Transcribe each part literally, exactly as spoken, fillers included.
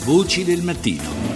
Voci del mattino.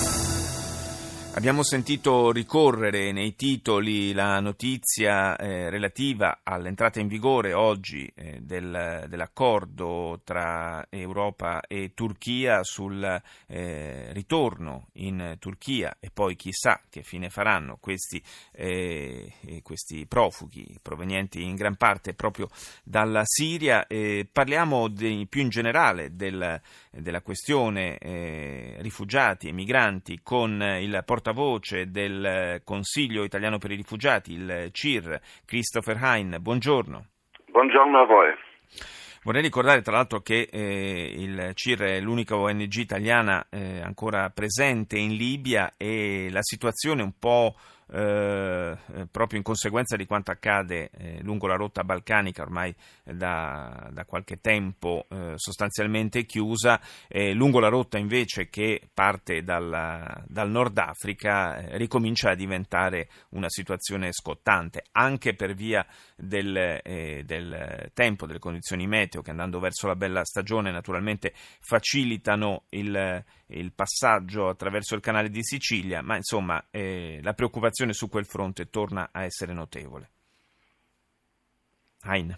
Abbiamo sentito ricorrere nei titoli la notizia eh, relativa all'entrata in vigore oggi eh, del, dell'accordo tra Europa e Turchia sul eh, ritorno in Turchia, e poi chissà che fine faranno questi, eh, questi profughi provenienti in gran parte proprio dalla Siria. Eh, parliamo di, più in generale del, della questione eh, rifugiati e migranti con il portavoce voce del Consiglio italiano per i rifugiati, il C I R, Christopher Hein. Buongiorno. Buongiorno a voi. Vorrei ricordare tra l'altro che eh, il C I R è l'unica O N G italiana eh, ancora presente in Libia, e la situazione un po' Eh, proprio in conseguenza di quanto accade eh, lungo la rotta balcanica ormai da, da qualche tempo eh, sostanzialmente chiusa, eh, lungo la rotta invece che parte dal, dal Nord Africa eh, ricomincia a diventare una situazione scottante, anche per via del, eh, del tempo, delle condizioni meteo che, andando verso la bella stagione, naturalmente facilitano il, il passaggio attraverso il canale di Sicilia, ma insomma eh, la preoccupazione su quel fronte torna a essere notevole. Hein.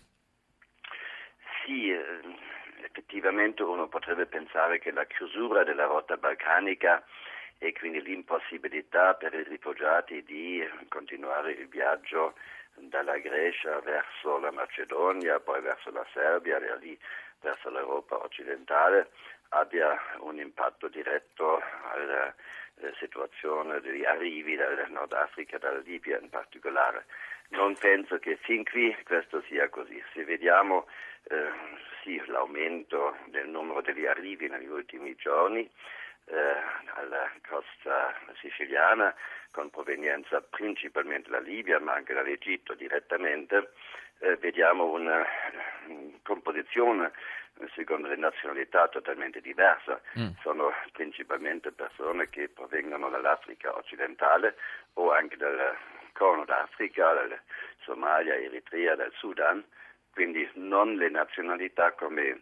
Sì, eh, effettivamente uno potrebbe pensare che la chiusura della rotta balcanica e quindi l'impossibilità per i rifugiati di continuare il viaggio dalla Grecia verso la Macedonia, poi verso la Serbia e da lì verso l'Europa occidentale abbia un impatto diretto alla eh, situazione degli arrivi dal Nord Africa, dalla Libia in particolare. Non penso che fin qui questo sia così. Se vediamo eh, sì, l'aumento del numero degli arrivi negli ultimi giorni eh, alla costa siciliana, con provenienza principalmente dalla Libia, ma anche dall'Egitto direttamente, eh, vediamo una composizione secondo le nazionalità totalmente diversa. Mm. Sono principalmente persone che provengono dall'Africa occidentale o anche dal Corno d'Africa, dal Somalia, Eritrea, dal Sudan, quindi non le nazionalità come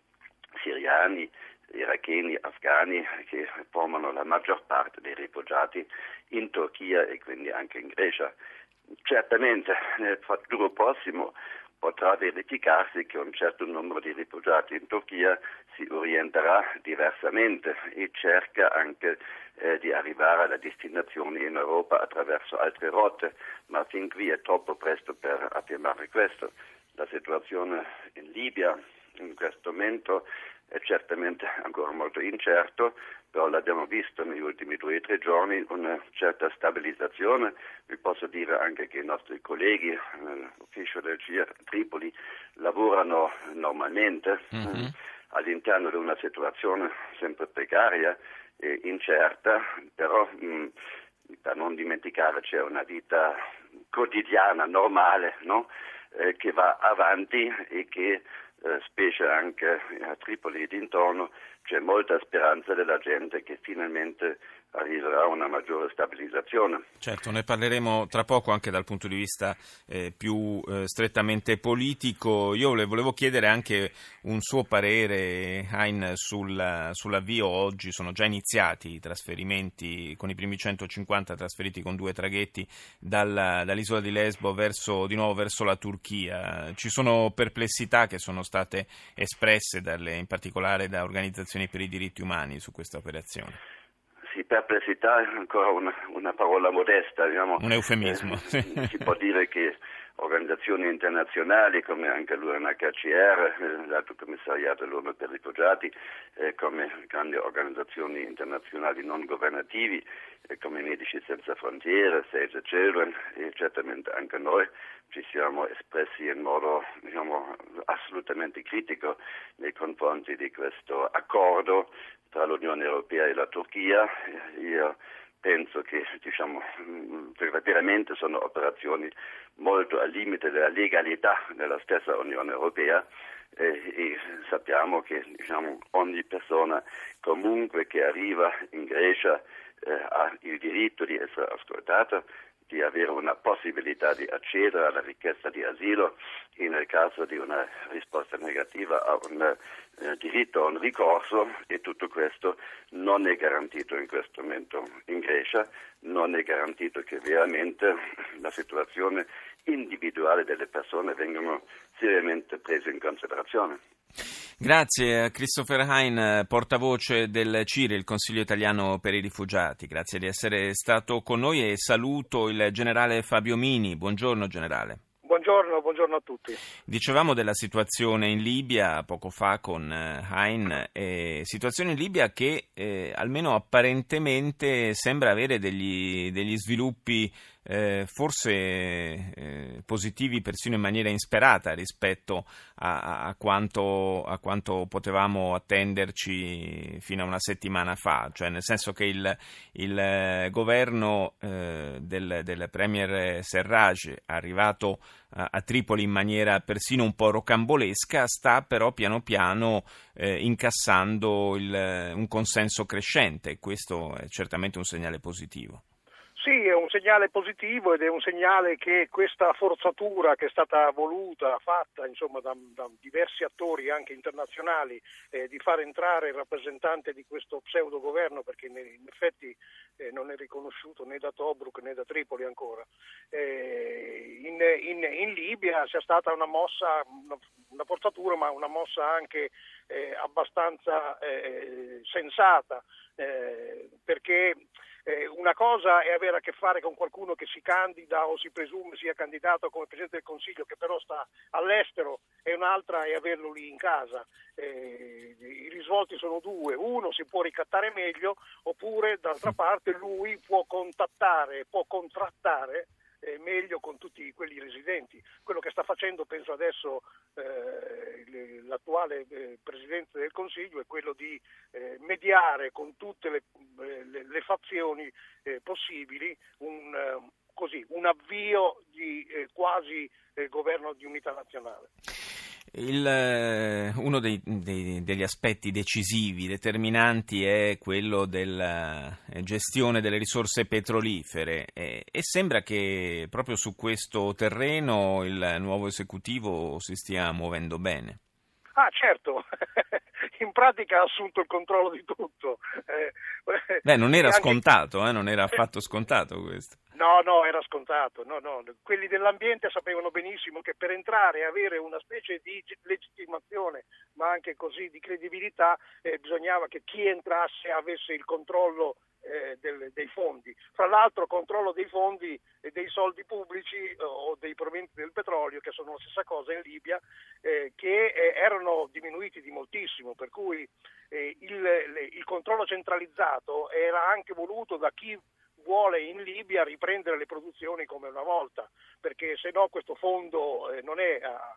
siriani, iracheni, afghani, che formano la maggior parte dei rifugiati in Turchia e quindi anche in Grecia. Certamente nel futuro prossimo potrà verificarsi che un certo numero di rifugiati in Turchia si orienterà diversamente e cerca anche eh, di arrivare alla destinazione in Europa attraverso altre rotte, ma fin qui è troppo presto per affermare questo. La situazione in Libia in questo momento è certamente ancora molto incerto, però l'abbiamo visto negli ultimi due o tre giorni una certa stabilizzazione. Vi posso dire anche che i nostri colleghi nell'ufficio del C I R a Tripoli lavorano normalmente mm-hmm. eh, all'interno di una situazione sempre precaria e incerta, però mh, da non dimenticare c'è una vita quotidiana, normale, no? eh, che va avanti e che Eh, specie anche a Tripoli e dintorno c'è molta speranza della gente che finalmente arriverà a una maggiore stabilizzazione. Certo, ne parleremo tra poco anche dal punto di vista eh, più eh, strettamente politico. Io le volevo chiedere anche un suo parere, Hein, sul, sull'avvio. Oggi sono già iniziati i trasferimenti, con i primi centocinquanta trasferiti con due traghetti dal, dall'isola di Lesbo verso, di nuovo verso la Turchia. Ci sono perplessità che sono state espresse dalle, in particolare da organizzazioni per i diritti umani su questa operazione. Sì, perplessità è ancora una, una parola modesta, diciamo. Un eufemismo. Eh, si può dire che organizzazioni internazionali come anche l'U N H C R, l'Alto Commissariato dell'ONU per i rifugiati, eh, come grandi organizzazioni internazionali non governativi, eh, come Medici Senza Frontiere, Save the Children, e certamente anche noi ci siamo espressi in modo, diciamo, assolutamente critico nei confronti di questo accordo tra l'Unione Europea e la Turchia. Io penso che, diciamo, veramente sono operazioni molto al limite della legalità della stessa Unione Europea eh, e sappiamo che, diciamo, ogni persona comunque che arriva in Grecia eh, ha il diritto di essere ascoltata, di avere una possibilità di accedere alla richiesta di asilo e nel caso di una risposta negativa a un eh, diritto a un ricorso, e tutto questo non è garantito in questo momento in Grecia, non è garantito che veramente la situazione individuale delle persone vengano seriamente prese in considerazione. Grazie a Christopher Hein, portavoce del C I R E, il Consiglio Italiano per i Rifugiati. Grazie di essere stato con noi e saluto il generale Fabio Mini. Buongiorno generale. Buongiorno, buongiorno a tutti. Dicevamo della situazione in Libia poco fa con Hein, eh, situazione in Libia che eh, almeno apparentemente sembra avere degli, degli sviluppi eh, forse eh, positivi persino in maniera insperata rispetto a, a, quanto, a quanto potevamo attenderci fino a una settimana fa, cioè nel senso che il, il governo eh, del, del premier Serraj, arrivato a, a Tripoli in maniera persino un po' rocambolesca, sta però piano piano eh, incassando il, un consenso crescente, e questo è certamente un segnale positivo. Sì, è un segnale positivo ed è un segnale che questa forzatura che è stata voluta, fatta insomma da, da diversi attori anche internazionali, eh, di far entrare il rappresentante di questo pseudo governo, perché in, in effetti eh, non è riconosciuto né da Tobruk né da Tripoli ancora, eh, in, in, in Libia sia stata una mossa, una, una forzatura, ma una mossa anche eh, abbastanza eh, sensata, eh, perché Eh, una cosa è avere a che fare con qualcuno che si candida o si presume sia candidato come Presidente del Consiglio, che però sta all'estero, e un'altra è averlo lì in casa. Eh, i risvolti sono due: uno, si può ricattare meglio, oppure d'altra parte lui può contattare, può contrattare eh, meglio con tutti quelli residenti. Quello che sta facendo, penso adesso, eh, l'attuale eh, Presidente del Consiglio è quello di eh, mediare con tutte le, le, le fazioni eh, possibili un, eh, così, un avvio di eh, quasi eh, governo di unità nazionale. Il, uno dei, dei, degli aspetti decisivi, determinanti, è quello della gestione delle risorse petrolifere e, e sembra che proprio su questo terreno il nuovo esecutivo si stia muovendo bene. Ah, certo, in pratica ha assunto il controllo di tutto. Eh, Beh, non era anche... scontato, eh? non era affatto scontato questo. No, no, era scontato. No, no. Quelli dell'ambiente sapevano benissimo che per entrare e avere una specie di legittimazione, ma anche così di credibilità, eh, bisognava che chi entrasse avesse il controllo eh, del, dei fondi. Fra l'altro controllo dei fondi e dei soldi pubblici eh, o dei proventi del petrolio, che sono la stessa cosa in Libia, eh, che eh, erano diminuiti di moltissimo, per cui eh, il, le, il controllo centralizzato era anche voluto da chi vuole in Libia riprendere le produzioni come una volta, perché se no questo fondo eh, non è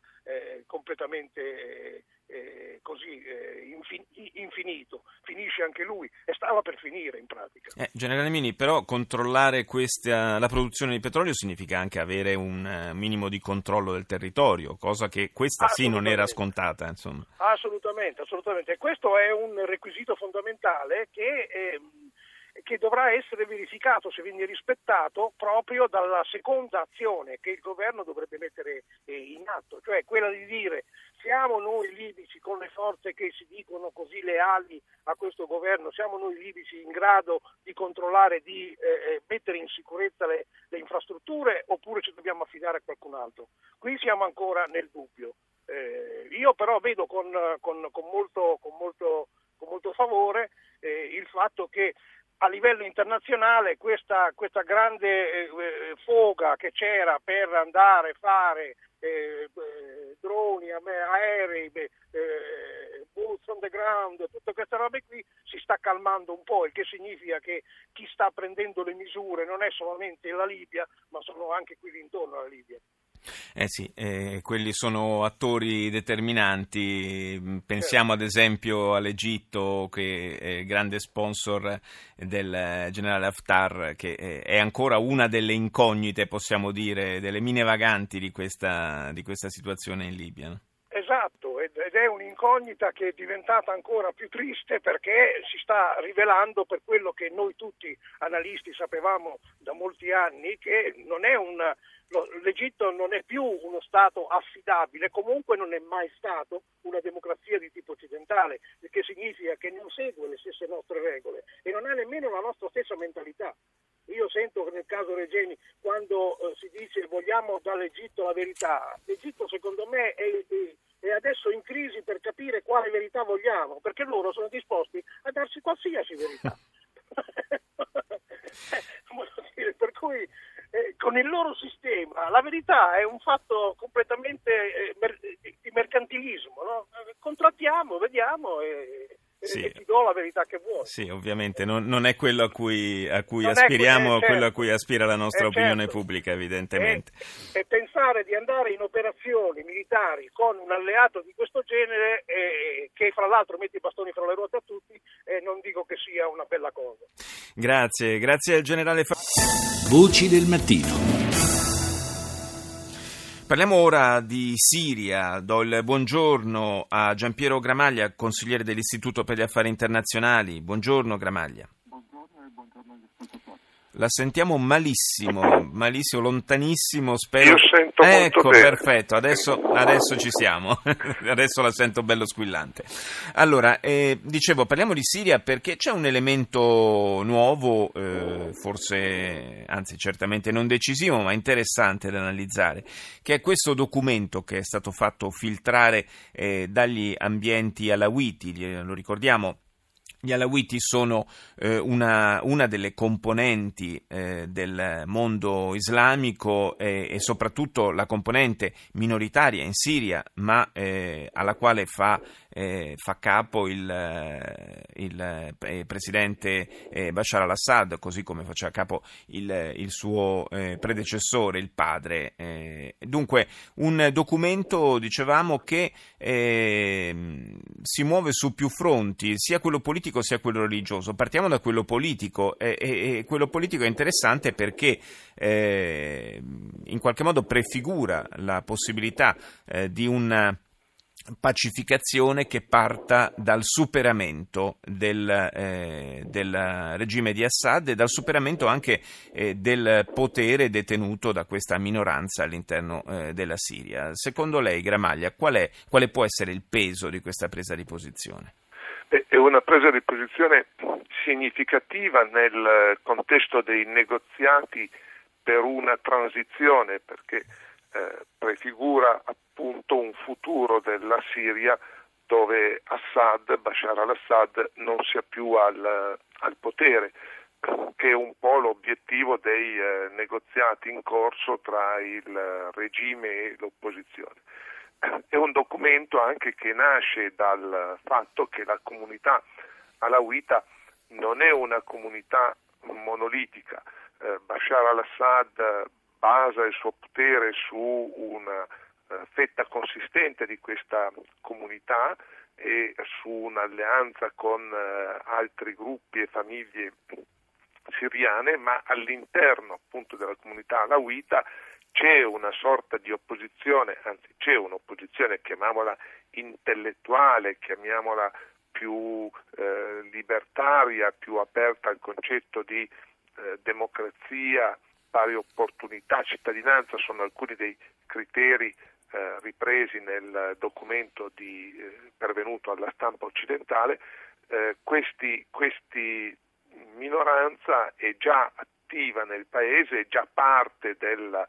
eh, completamente eh, così eh, infin- infinito, finisce anche lui, e stava per finire in pratica. Eh, Generale Mini, però controllare questa, la produzione di petrolio significa anche avere un uh, minimo di controllo del territorio, cosa che questa sì non era scontata, insomma. Assolutamente, assolutamente. E questo è un requisito fondamentale che eh, che dovrà essere verificato, se viene rispettato, proprio dalla seconda azione che il governo dovrebbe mettere eh, in atto, cioè quella di dire: siamo noi libici, con le forze che si dicono così leali a questo governo, siamo noi libici in grado di controllare, di eh, mettere in sicurezza le, le infrastrutture, oppure ci dobbiamo affidare a qualcun altro? Qui siamo ancora nel dubbio. Eh, io però vedo con, con, con, molto, con, molto, con molto favore eh, il fatto che a livello internazionale questa, questa grande eh, foga che c'era per andare a fare eh, eh, droni, aerei, eh, boots on the ground, tutte queste robe qui, si sta calmando un po', il che significa che chi sta prendendo le misure non è solamente la Libia, ma sono anche quelli intorno alla Libia. Eh sì, eh, quelli sono attori determinanti. Pensiamo ad esempio all'Egitto, che è il grande sponsor del generale Haftar, che è ancora una delle incognite, possiamo dire, delle mine vaganti di questa, di questa situazione in Libia. Esatto, ed ed è un'incognita che è diventata ancora più triste perché si sta rivelando, per quello che noi tutti analisti sapevamo da molti anni, che non è un, l'Egitto non è più uno Stato affidabile, comunque non è mai stato una democrazia di tipo occidentale, il che significa che non segue le stesse nostre regole e non ha nemmeno la nostra stessa mentalità. Io sento che nel caso Regeni, quando eh, si dice vogliamo dall'Egitto la verità, l'Egitto secondo me è, è, è adesso in crisi per capire quale verità vogliamo, perché loro sono disposti a darci qualsiasi verità. Per cui eh, con il loro sistema la verità è un fatto completamente eh, mer- di mercantilismo, no? Contrattiamo, vediamo e... Sì. E ti do la verità che vuoi. Sì, ovviamente non, non è quello a cui, a cui non aspiriamo, è, certo. quello a cui aspira la nostra eh, opinione certo. pubblica, evidentemente. E, e pensare di andare in operazioni militari con un alleato di questo genere, eh, che fra l'altro mette i bastoni fra le ruote a tutti, eh, non dico che sia una bella cosa. Grazie, grazie al generale Fa- Voci del mattino. Parliamo ora di Siria. Do il buongiorno a Giampiero Gramaglia, consigliere dell'Istituto per gli Affari Internazionali. Buongiorno Gramaglia. Buongiorno e buongiorno agli ascoltatori. La sentiamo malissimo, malissimo, lontanissimo, spero. Io sento ecco, molto bene. Perfetto, adesso, adesso ci siamo, adesso la sento bello squillante. Allora, eh, dicevo, parliamo di Siria perché c'è un elemento nuovo, eh, forse, anzi certamente non decisivo, ma interessante da analizzare, che è questo documento che è stato fatto filtrare eh, dagli ambienti alawiti, lo ricordiamo. Gli alawiti sono eh, una, una delle componenti eh, del mondo islamico eh, e soprattutto la componente minoritaria in Siria, ma eh, alla quale fa, eh, fa capo il, il eh, presidente eh, Bashar al-Assad, così come faceva capo il, il suo eh, predecessore, il padre. Eh, dunque un documento, dicevamo, che eh, si muove su più fronti, sia quello politico sia quello religioso. Partiamo da quello politico e, e, e quello politico è interessante perché eh, in qualche modo prefigura la possibilità eh, di una pacificazione che parta dal superamento del, eh, del regime di Assad e dal superamento anche eh, del potere detenuto da questa minoranza all'interno eh, della Siria. Secondo lei, Gramaglia, qual è, quale può essere il peso di questa presa di posizione? È una presa di posizione significativa nel contesto dei negoziati per una transizione, perché eh, prefigura appunto un futuro della Siria dove Assad, Bashar al-Assad, non sia più al, al potere, che è un po' l'obiettivo dei eh, negoziati in corso tra il regime e l'opposizione. È un documento anche che nasce dal fatto che la comunità alawita non è una comunità monolitica. Eh, Bashar al-Assad basa il suo potere su una eh, fetta consistente di questa comunità e su un'alleanza con eh, altri gruppi e famiglie siriane, ma all'interno appunto della comunità alawita c'è una sorta di opposizione, anzi c'è un'opposizione, chiamiamola intellettuale, chiamiamola più eh, libertaria, più aperta al concetto di eh, democrazia, pari opportunità, cittadinanza, sono alcuni dei criteri eh, ripresi nel documento di, eh, pervenuto alla stampa occidentale. Eh, questi, questi minoranza è già attiva nel paese, è già parte della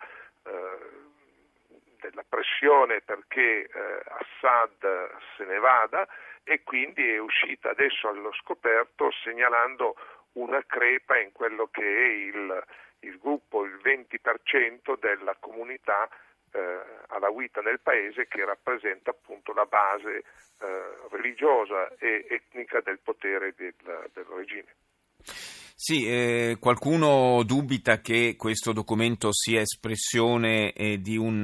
della pressione perché eh, Assad se ne vada e quindi è uscita adesso allo scoperto segnalando una crepa in quello che è il, il gruppo, il venti per cento della comunità eh, alawita nel paese, che rappresenta appunto la base eh, religiosa e etnica del potere del, del regime. Sì, eh, qualcuno dubita che questo documento sia espressione eh, di, un,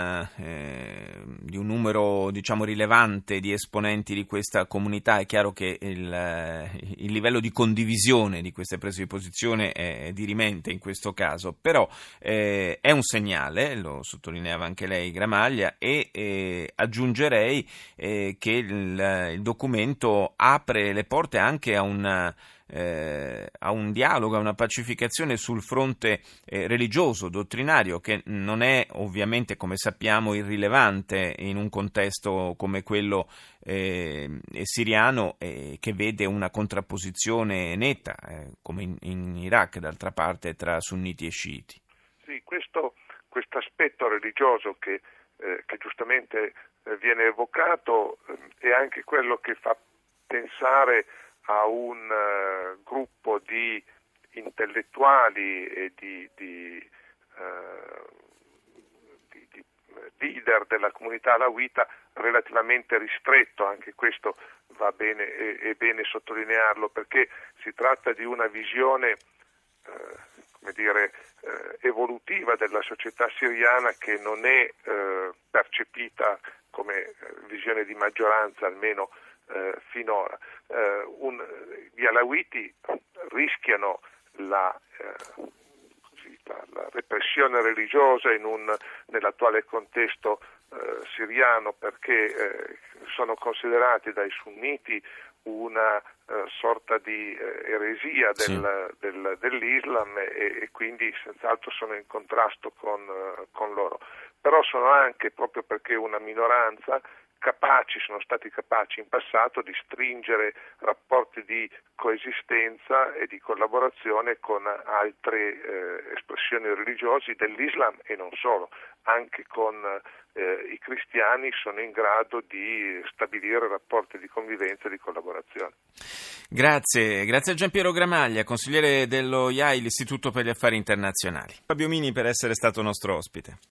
eh, di un numero, diciamo, rilevante di esponenti di questa comunità. È chiaro che il, il livello di condivisione di queste prese di posizione è dirimente in questo caso, però eh, è un segnale, lo sottolineava anche lei, Gramaglia, e eh, aggiungerei eh, che il, il documento apre le porte anche a un Eh, a un dialogo, a una pacificazione sul fronte eh, religioso, dottrinario, che non è ovviamente, come sappiamo, irrilevante in un contesto come quello eh, siriano, eh, che vede una contrapposizione netta, eh, come in, in Iraq, d'altra parte, tra sunniti e sciiti. Sì, questo aspetto religioso che, eh, che giustamente eh, viene evocato eh, è anche quello che fa pensare a un uh, gruppo di intellettuali e di, di, uh, di, di leader della comunità alawita relativamente ristretto. Anche questo va bene, è, è bene sottolinearlo, perché si tratta di una visione uh, come dire, uh, evolutiva della società siriana, che non è uh, percepita come visione di maggioranza, almeno Uh, finora. Uh, un, gli alawiti rischiano la, uh, così, la, la repressione religiosa in un, nell'attuale contesto uh, siriano, perché uh, sono considerati dai sunniti una uh, sorta di uh, eresia del, sì. del, dell'Islam e, e quindi senz'altro sono in contrasto con, uh, con loro. Però sono anche, proprio perché una minoranza, capaci, sono stati capaci in passato di stringere rapporti di coesistenza e di collaborazione con altre eh, espressioni religiose dell'Islam e non solo, anche con eh, i cristiani sono in grado di stabilire rapporti di convivenza e di collaborazione. Grazie, grazie a Giampiero Gramaglia, consigliere dello I A I, l'Istituto per gli Affari Internazionali. Fabio Mini per essere stato nostro ospite.